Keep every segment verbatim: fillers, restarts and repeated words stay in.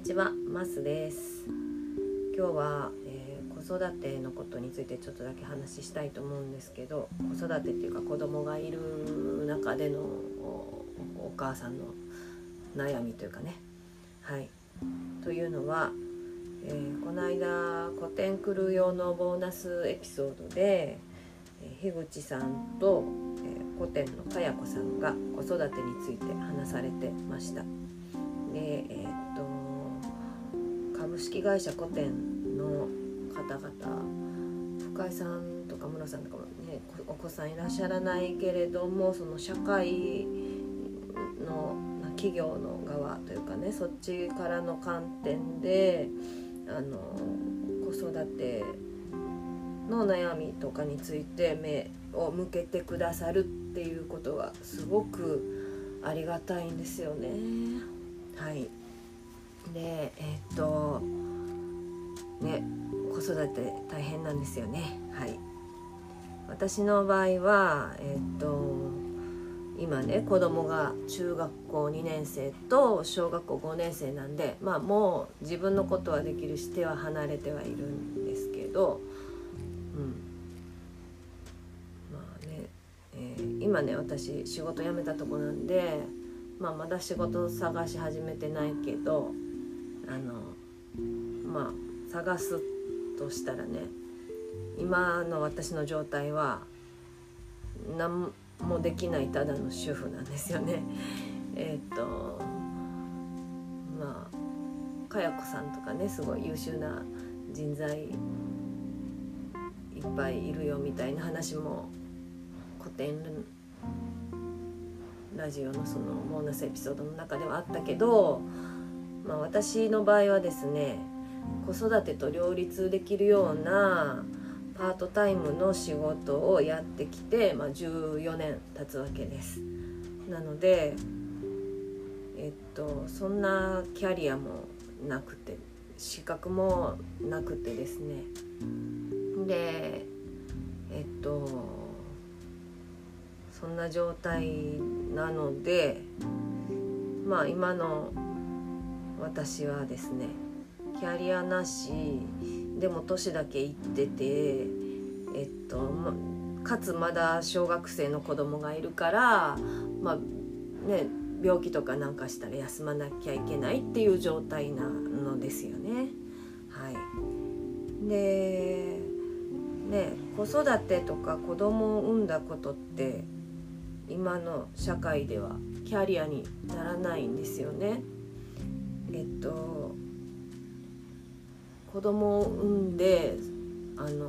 ちは、マスです。今日は、えー、子育てのことについてちょっとだけ話したいと思うんですけど、子育てっていうか子供がいる中での お, お母さんの悩みというかね、はい。というのは、えー、この間古典クル用のボーナスエピソードで、えー、樋口さんと、えー、古典のかやこさんが子育てについて話されてました。で、えー、っと株式会社古典の方々、深井さんとか室さんとかもね、お子さんいらっしゃらないけれども、その社会の企業の側というかね、そっちからの観点であの子育ての悩みとかについて目を向けてくださるっていうことがすごくありがたいんですよね。はい。で、えー、っとね、子育て大変なんですよね。はい。私の場合は、えー、っと今ね、子供が中学校にねん生と小学校ごねん生なんで、まあもう自分のことはできるし手は離れてはいるんですけど、うん、まあね、えー、今ね、私仕事辞めたとこなんで、まあまだ仕事探し始めてないけど、あのまあ探すとしたらね、今の私の状態は何もできないただの主婦なんですよね。えっとまあかやこさんとかね、すごい優秀な人材いっぱいいるよみたいな話も古典ラジオのそのボーナスエピソードの中ではあったけど、まあ、私の場合はですね、子育てと両立できるようなパートタイムの仕事をやってきて、まあ、じゅうよねん経つわけです。なので、えっと、そんなキャリアもなくて資格もなくてですね、でえっとそんな状態なので、まあ今の私はですね、キャリアなしでも年だけいってて、えっとま、かつまだ小学生の子供がいるから、まあね、病気とかなんかしたら休まなきゃいけないっていう状態なのですよね。はい。で、ね、子育てとか子供を産んだことって今の社会ではキャリアにならないんですよね。えっと子供を産んで、あの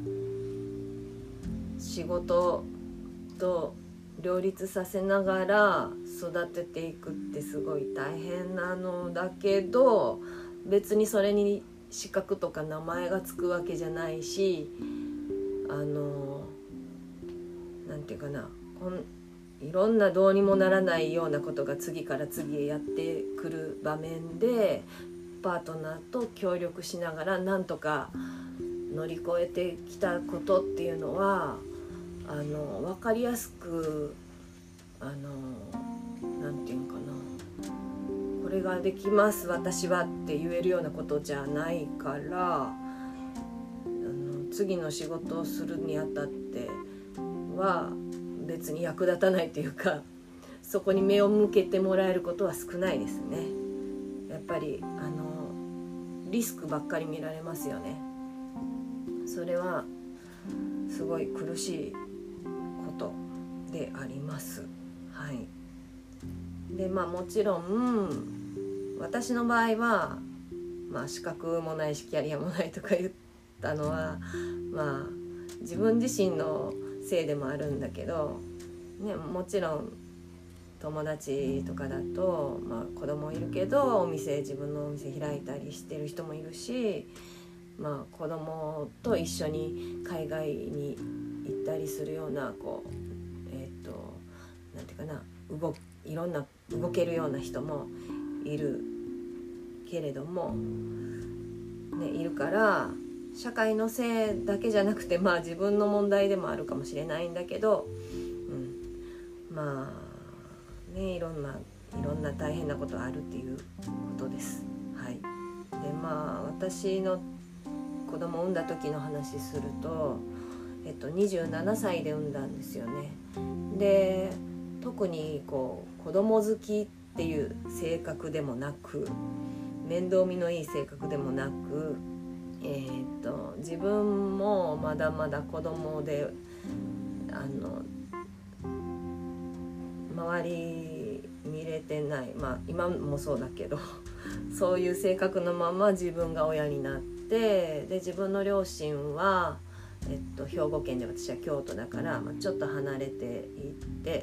仕事と両立させながら育てていくってすごい大変なのだけど、別にそれに資格とか名前がつくわけじゃないし、あのなんていうかな、こんいろんなどうにもならないようなことが次から次へやってくる場面でパートナーと協力しながらなんとか乗り越えてきたことっていうのは、あの分かりやすく、あのなんていうかな、これができます私はって言えるようなことじゃないから、あの次の仕事をするにあたっては別に役立たないというか、そこに目を向けてもらえることは少ないですね。やっぱりあのリスクばっかり見られますよね。それはすごい苦しいことであります。はい。で、まあもちろん私の場合は、まあ資格もないしキャリアもないとか言ったのは、まあ自分自身のせいでもあるんだけど、ね、もちろん友達とかだと、まあ、子供いるけどお店自分のお店開いたりしてる人もいるし、まあ、子供と一緒に海外に行ったりするようなこう、えー、っとなんていうかな、動いろんな動けるような人もいるけれども、ね、いるから社会のせいだけじゃなくて、まあ自分の問題でもあるかもしれないんだけど、うん、まあね、いろんないろんな大変なことあるっていうことです。 はい。でまあ私の子供を産んだ時の話すると、えっと、にじゅうななさいで産んだんですよね。で特にこう子供好きっていう性格でもなく、面倒見のいい性格でもなく、えー、っと自分もまだまだ子供で、あの周り見れてない、まあ今もそうだけどそういう性格のまま自分が親になって、で自分の両親は、えっと、兵庫県で、私は京都だから、まあ、ちょっと離れていって、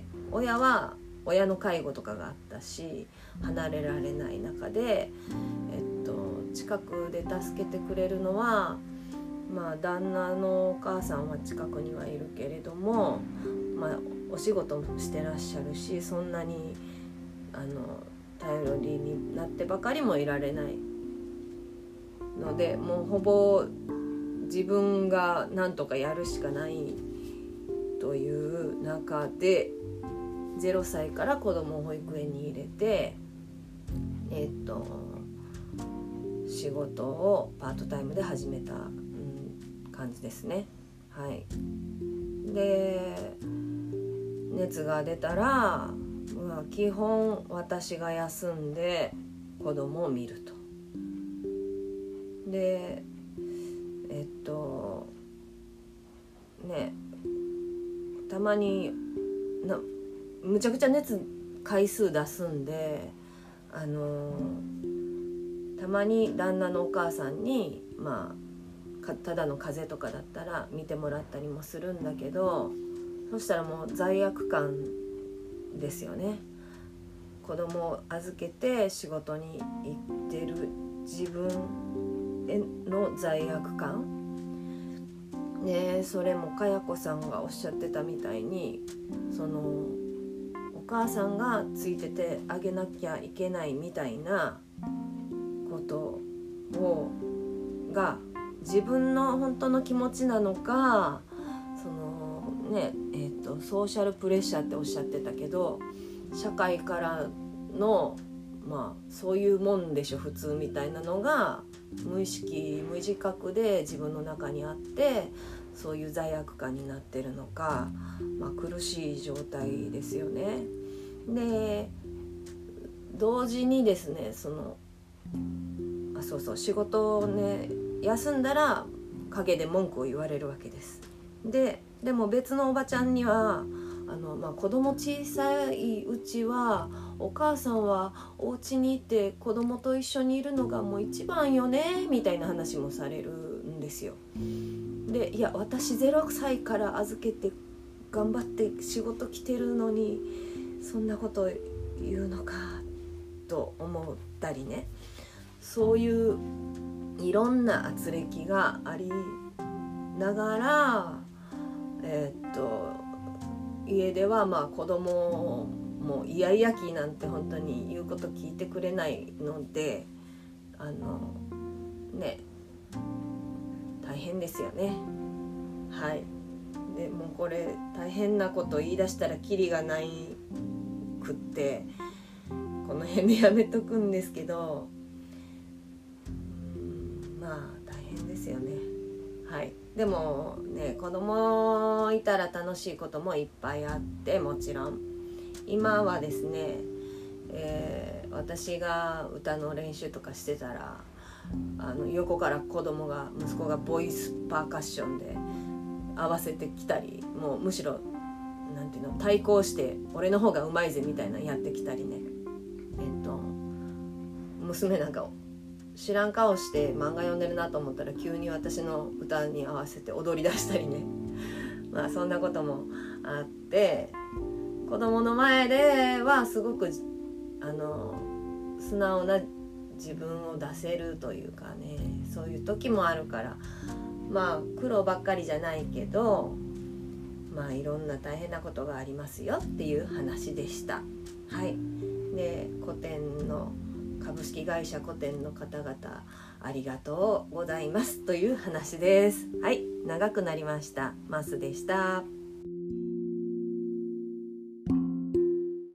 親は親の介護とかがあったし離れられない中で、えっと、近くで助けてくれるのは、まあ、旦那のお母さんは近くにはいるけれども、まあ、お仕事もしてらっしゃるし、そんなにあの頼りになってばかりもいられないので、もうほぼ自分が何とかやるしかないという中で、ゼロさいから子供を保育園に入れて、えっと仕事をパートタイムで始めた、うん、感じですね。はい。で熱が出たら、まあ、基本私が休んで子供を見ると。でえっとねたまになむちゃくちゃ熱回数出すんで、あのたまに旦那のお母さんに、まあただの風邪とかだったら見てもらったりもするんだけど、そしたらもう罪悪感ですよね。子供を預けて仕事に行ってる自分への罪悪感ね。それもかやこさんがおっしゃってたみたいに、そのお母さんがついててあげなきゃいけないみたいなことをが自分の本当の気持ちなのか、そのねえーと、ソーシャルプレッシャーっておっしゃってたけど、社会からのまあそういうもんでしょ普通みたいなのが無意識無自覚で自分の中にあって、そういう罪悪感になってるのか、まあ、苦しい状態ですよね。で同時にですね、そのあそうそう仕事をね休んだら陰で文句を言われるわけです。ででも別のおばちゃんにはあの、まあ、子供小さいうちはお母さんはお家にいて子供と一緒にいるのがもう一番よねみたいな話もされるんですよ。でいや私ゼロさいから預けて頑張って仕事来てるのにそんなこと言うのかと思ったりね、そういういろんな圧力がありながら、えー、っと家ではまあ子供もイヤイヤ期なんて本当に言うこと聞いてくれないので、あのね大変ですよね。はい。でもうこれ大変なこと言い出したらキリがないくってこの辺でやめとくんですけど、うんまあ大変ですよね。はい。でもね子供いたら楽しいこともいっぱいあって、もちろん今はですね、えー、私が歌の練習とかしてたらあの横から子供が息子がボイスパーカッションで合わせてきたり、もうむしろなんていうの対抗して俺の方がうまいぜみたいなやってきたりね、えっと娘なんか知らん顔して漫画読んでるなと思ったら急に私の歌に合わせて踊り出したりねまあそんなこともあって、子供の前ではすごくあの素直な自分を出せるというかね、そういう時もあるから、まあ苦労ばっかりじゃないけど、まあいろんな大変なことがありますよっていう話でした。はい。で古典の株式会社古典の方々ありがとうございますという話です。はい、長くなりました。マスでした。